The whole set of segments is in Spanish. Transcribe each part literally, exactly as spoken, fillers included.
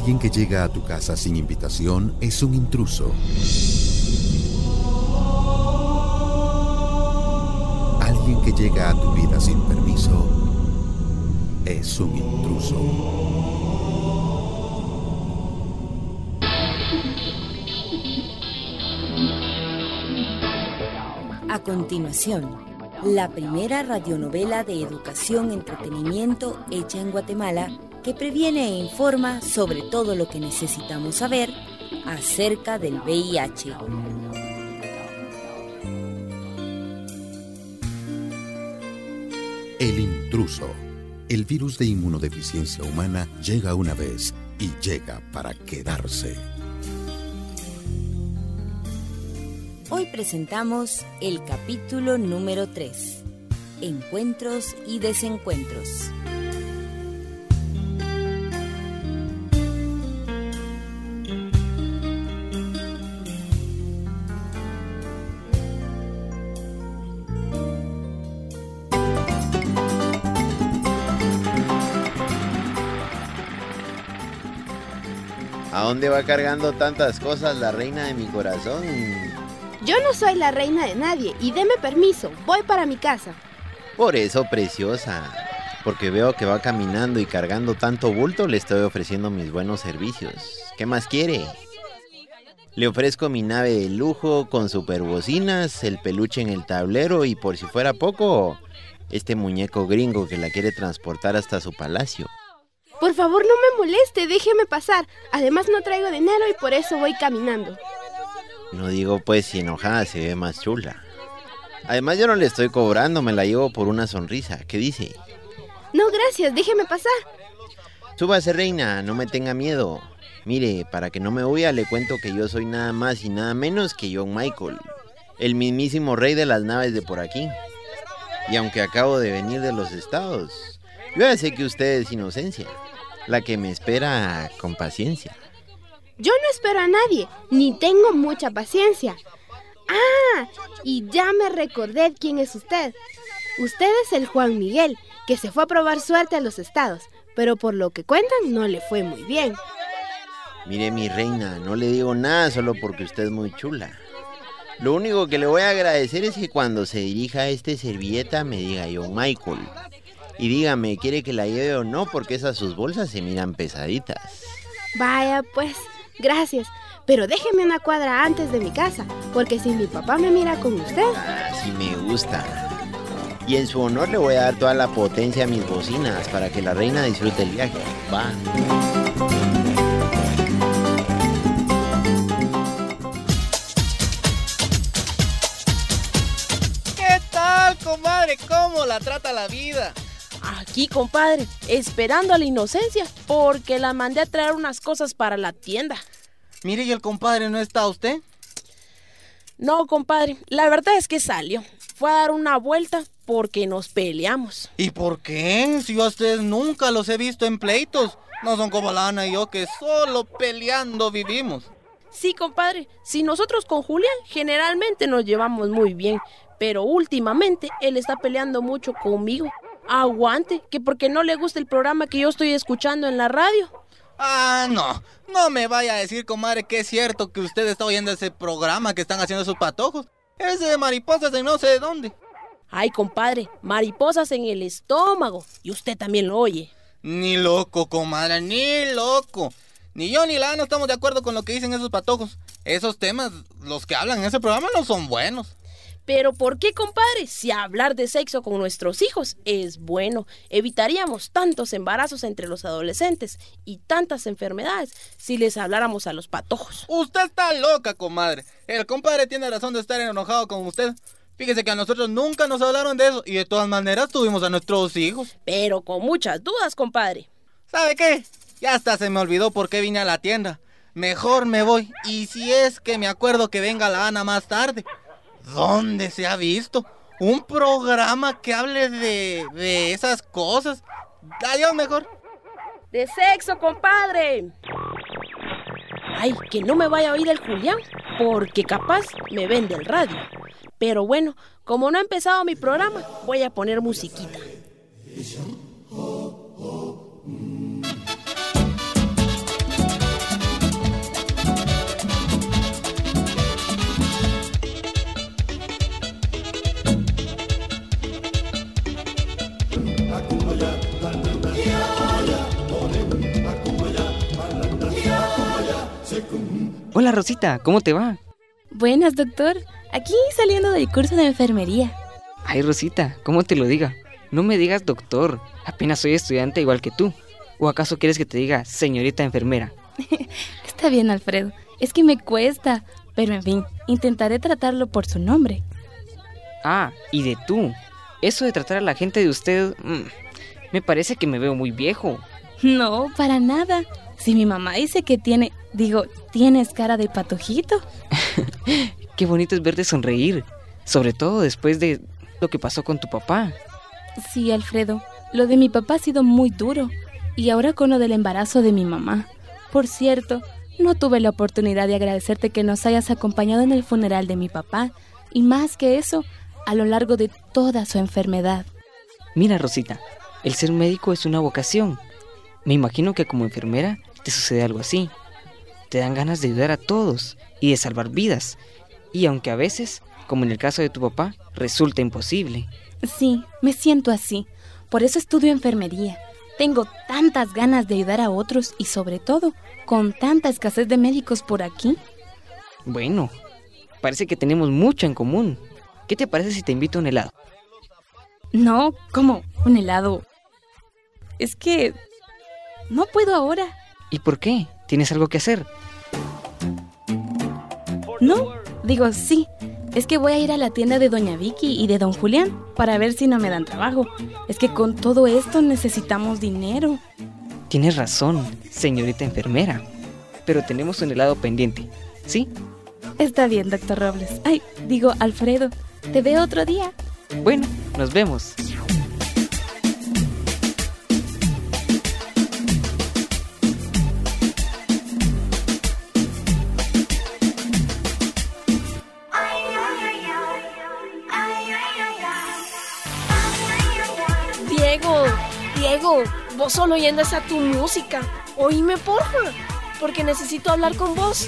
Alguien que llega a tu casa sin invitación es un intruso. Alguien que llega a tu vida sin permiso es un intruso. A continuación, la primera radionovela de educación entretenimiento hecha en Guatemala que previene e informa sobre todo lo que necesitamos saber acerca del V I H. El intruso. El virus de inmunodeficiencia humana llega una vez y llega para quedarse. Hoy presentamos el capítulo número tres, Encuentros y Desencuentros. ¿A dónde va cargando tantas cosas la reina de mi corazón? Yo no soy la reina de nadie y deme permiso, voy para mi casa. Por eso, preciosa, porque veo que va caminando y cargando tanto bulto, le estoy ofreciendo mis buenos servicios. ¿Qué más quiere? Le ofrezco mi nave de lujo con superbocinas, el peluche en el tablero y por si fuera poco, este muñeco gringo que la quiere transportar hasta su palacio. Por favor, no me moleste, déjeme pasar. Además no traigo dinero y por eso voy caminando. No digo pues si enojada se ve más chula. Además yo no le estoy cobrando, me la llevo por una sonrisa. ¿Qué dice? No, gracias, déjeme pasar. Súbase, reina, no me tenga miedo. Mire, para que no me huya le cuento que yo soy nada más y nada menos que John Michael, el mismísimo rey de las naves de por aquí. Y aunque acabo de venir de los estados, yo ya sé que usted es inocencia, la que me espera con paciencia. Yo no espero a nadie, ni tengo mucha paciencia. Ah, y ya me recordé quién es usted. Usted es el Juan Miguel, que se fue a probar suerte a los estados, pero por lo que cuentan no le fue muy bien. Mire, mi reina, no le digo nada solo porque usted es muy chula. Lo único que le voy a agradecer es que cuando se dirija a este servilleta me diga John Michael. Y dígame, ¿quiere que la lleve o no? Porque esas sus bolsas se miran pesaditas. Vaya, pues, gracias. Pero déjeme una cuadra antes de mi casa, porque si mi papá me mira con usted... Ah, sí me gusta. Y en su honor le voy a dar toda la potencia a mis bocinas para que la reina disfrute el viaje. Va. ¿Qué tal, comadre? ¿Cómo la trata la vida? Aquí, compadre, esperando a la inocencia, porque la mandé a traer unas cosas para la tienda. Mire, ¿y el compadre no está usted? No, compadre, la verdad es que salió. Fue a dar una vuelta porque nos peleamos. ¿Y por qué? Si yo a ustedes nunca los he visto en pleitos. No son como la Ana y yo que solo peleando vivimos. Sí, compadre, si nosotros con Julián generalmente nos llevamos muy bien, pero últimamente él está peleando mucho conmigo. Aguante, que porque no le gusta el programa que yo estoy escuchando en la radio. Ah, no, no me vaya a decir, comadre, que es cierto que usted está oyendo ese programa que están haciendo esos patojos. Ese de mariposas de no sé de dónde. Ay, compadre, mariposas en el estómago. Y usted también lo oye. Ni loco, comadre, ni loco. Ni yo ni la Ana estamos de acuerdo con lo que dicen esos patojos. Esos temas, los que hablan en ese programa no son buenos. Pero ¿por qué, compadre? Si hablar de sexo con nuestros hijos es bueno, evitaríamos tantos embarazos entre los adolescentes y tantas enfermedades si les habláramos a los patojos. Usted está loca, comadre. El compadre tiene razón de estar enojado con usted. Fíjese que a nosotros nunca nos hablaron de eso y de todas maneras tuvimos a nuestros hijos. Pero con muchas dudas, compadre. ¿Sabe qué? Ya hasta se me olvidó por qué vine a la tienda. Mejor me voy. Y si es que me acuerdo que venga la Ana más tarde. ¿Dónde se ha visto un programa que hable de, de esas cosas? Adiós mejor. De sexo, compadre. Ay, que no me vaya a oír el Julián, porque capaz me vende el radio. Pero bueno, como no ha empezado mi programa, voy a poner musiquita. Hola Rosita, ¿cómo te va? Buenas, doctor. Aquí saliendo del curso de enfermería. Ay Rosita, ¿cómo te lo diga? No me digas doctor, apenas soy estudiante igual que tú. ¿O acaso quieres que te diga señorita enfermera? Está bien, Alfredo, es que me cuesta, pero en fin, intentaré tratarlo por su nombre. Ah, y de tú. Eso de tratar a la gente de usted, mmm, me parece que me veo muy viejo. No, para nada. Si mi mamá dice que tiene, digo, tienes cara de patojito. Qué bonito es verte sonreír, sobre todo después de lo que pasó con tu papá. Sí, Alfredo, lo de mi papá ha sido muy duro, y ahora con lo del embarazo de mi mamá. Por cierto, no tuve la oportunidad de agradecerte que nos hayas acompañado en el funeral de mi papá, y más que eso, a lo largo de toda su enfermedad. Mira, Rosita, el ser médico es una vocación. Me imagino que como enfermera te sucede algo así. Te dan ganas de ayudar a todos y de salvar vidas. Y aunque a veces, como en el caso de tu papá, resulta imposible. Sí, me siento así. Por eso estudio enfermería. Tengo tantas ganas de ayudar a otros y sobre todo, con tanta escasez de médicos por aquí. Bueno, parece que tenemos mucho en común. ¿Qué te parece si te invito a un helado? No, ¿cómo? ¿Un helado? Es que no puedo ahora. ¿Y por qué? ¿Tienes algo que hacer? No, digo sí. Es que voy a ir a la tienda de doña Vicky y de don Julián para ver si no me dan trabajo. Es que con todo esto necesitamos dinero. Tienes razón, señorita enfermera. Pero tenemos un helado pendiente, ¿sí? Está bien, doctor Robles. Ay, digo, Alfredo, te veo otro día. Bueno, nos vemos. Diego, Diego, vos solo oyendo esa tu música. Oíme, porfa, porque necesito hablar con vos.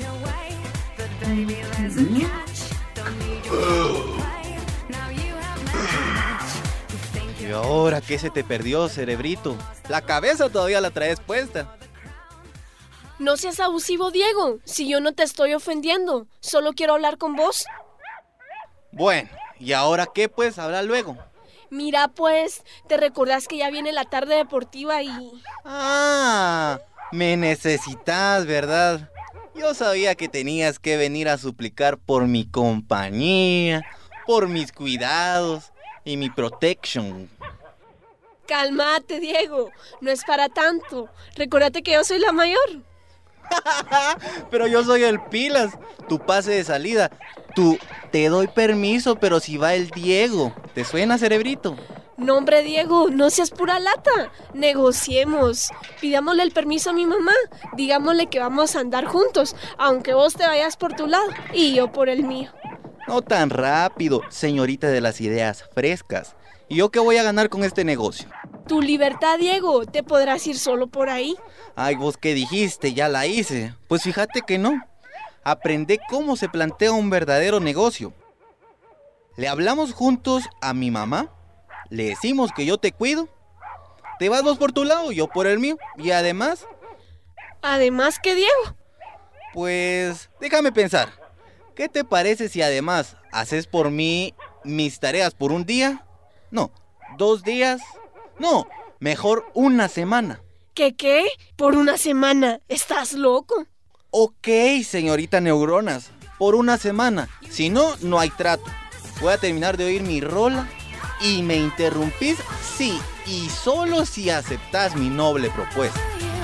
¿Y ahora qué se te perdió, cerebrito? La cabeza todavía la traes puesta. No seas abusivo, Diego. Si yo no te estoy ofendiendo, solo quiero hablar con vos. Bueno, ¿y ahora qué pues? Habla luego. Mira, pues, ¿te recordás que ya viene la tarde deportiva y...? Ah, me necesitas, ¿verdad? Yo sabía que tenías que venir a suplicar por mi compañía, por mis cuidados y mi protection. Cálmate, Diego, no es para tanto. Recordate que yo soy la mayor. Pero yo soy el pilas, tu pase de salida. Tú, te doy permiso, pero si va el Diego. ¿Te suena, cerebrito? No, hombre, Diego, no seas pura lata. Negociemos. Pidámosle el permiso a mi mamá. Digámosle que vamos a andar juntos, aunque vos te vayas por tu lado y yo por el mío. No tan rápido, señorita de las ideas frescas. ¿Y yo qué voy a ganar con este negocio? Tu libertad, Diego. ¿Te podrás ir solo por ahí? Ay, vos qué dijiste, ya la hice. Pues fíjate que no. Aprendí cómo se plantea un verdadero negocio. Le hablamos juntos a mi mamá, le decimos que yo te cuido, te vas vos por tu lado, yo por el mío, y además... ¿Además qué, Diego? Pues, déjame pensar. ¿Qué te parece si además haces por mí mis tareas por un día? No, dos días. No, mejor una semana. ¿Qué qué? ¿Por una semana? ¿Estás loco? Ok, señorita Neuronas, por una semana. Si no, no hay trato. Voy a terminar de oír mi rola y me interrumpís, sí, y solo si aceptás mi noble propuesta.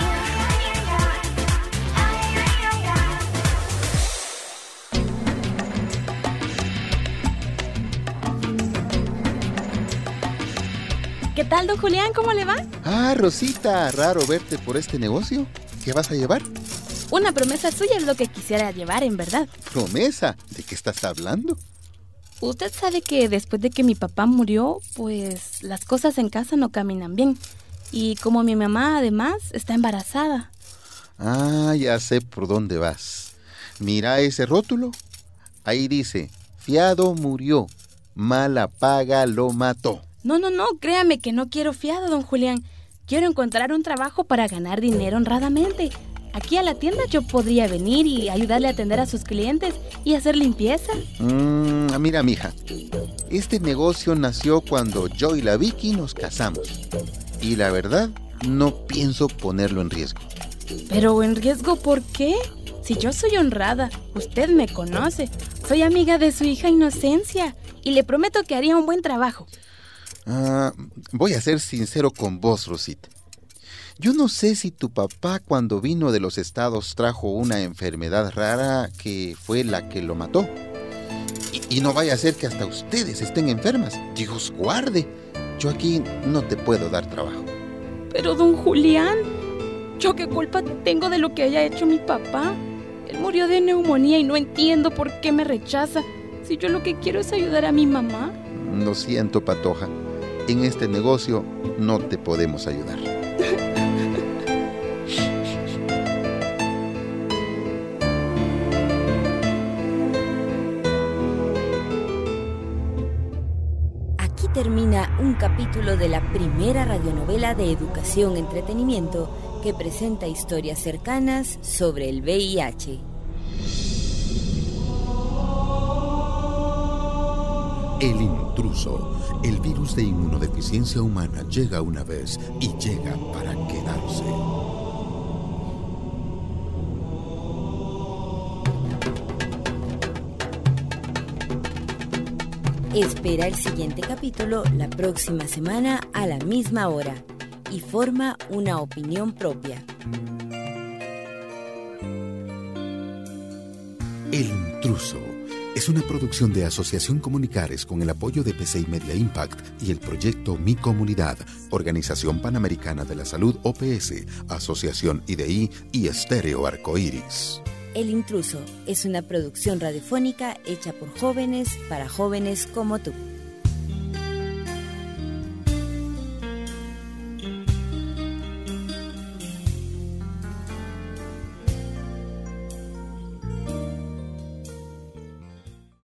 ¿Qué tal, don Julián? ¿Cómo le va? Ah, Rosita, raro verte por este negocio. ¿Qué vas a llevar? Una promesa suya es lo que quisiera llevar, en verdad. ¿Promesa? ¿De qué estás hablando? Usted sabe que después de que mi papá murió, pues las cosas en casa no caminan bien. Y como mi mamá, además, está embarazada. Ah, ya sé por dónde vas. Mira ese rótulo. Ahí dice, fiado murió, mala paga lo mató. No, no, no, créame que no quiero fiado, don Julián. Quiero encontrar un trabajo para ganar dinero honradamente. Aquí a la tienda yo podría venir y ayudarle a atender a sus clientes y hacer limpieza. Mm, mira, mija, este negocio nació cuando yo y la Vicky nos casamos. Y la verdad, no pienso ponerlo en riesgo. ¿Pero en riesgo por qué? Si yo soy honrada, usted me conoce. Soy amiga de su hija Inocencia y le prometo que haría un buen trabajo. Ah, voy a ser sincero con vos, Rosita. Yo no sé si tu papá cuando vino de los estados trajo una enfermedad rara que fue la que lo mató. Y, y no vaya a ser que hasta ustedes estén enfermas. Dios guarde. Yo aquí no te puedo dar trabajo. Pero don Julián, ¿yo qué culpa tengo de lo que haya hecho mi papá? Él murió de neumonía y no entiendo por qué me rechaza. Si yo lo que quiero es ayudar a mi mamá. Lo siento, Patoja. En este negocio no te podemos ayudar. Aquí termina un capítulo de la primera radionovela de educación entretenimiento que presenta historias cercanas sobre el V I H. El intruso. El virus de inmunodeficiencia humana llega una vez y llega para quedarse. Espera el siguiente capítulo la próxima semana a la misma hora y forma una opinión propia. El intruso es una producción de Asociación Comunicares con el apoyo de P C I Media Impact y el proyecto Mi Comunidad, Organización Panamericana de la Salud O P S, Asociación I D I y Estéreo Arcoíris. El Intruso es una producción radiofónica hecha por jóvenes para jóvenes como tú.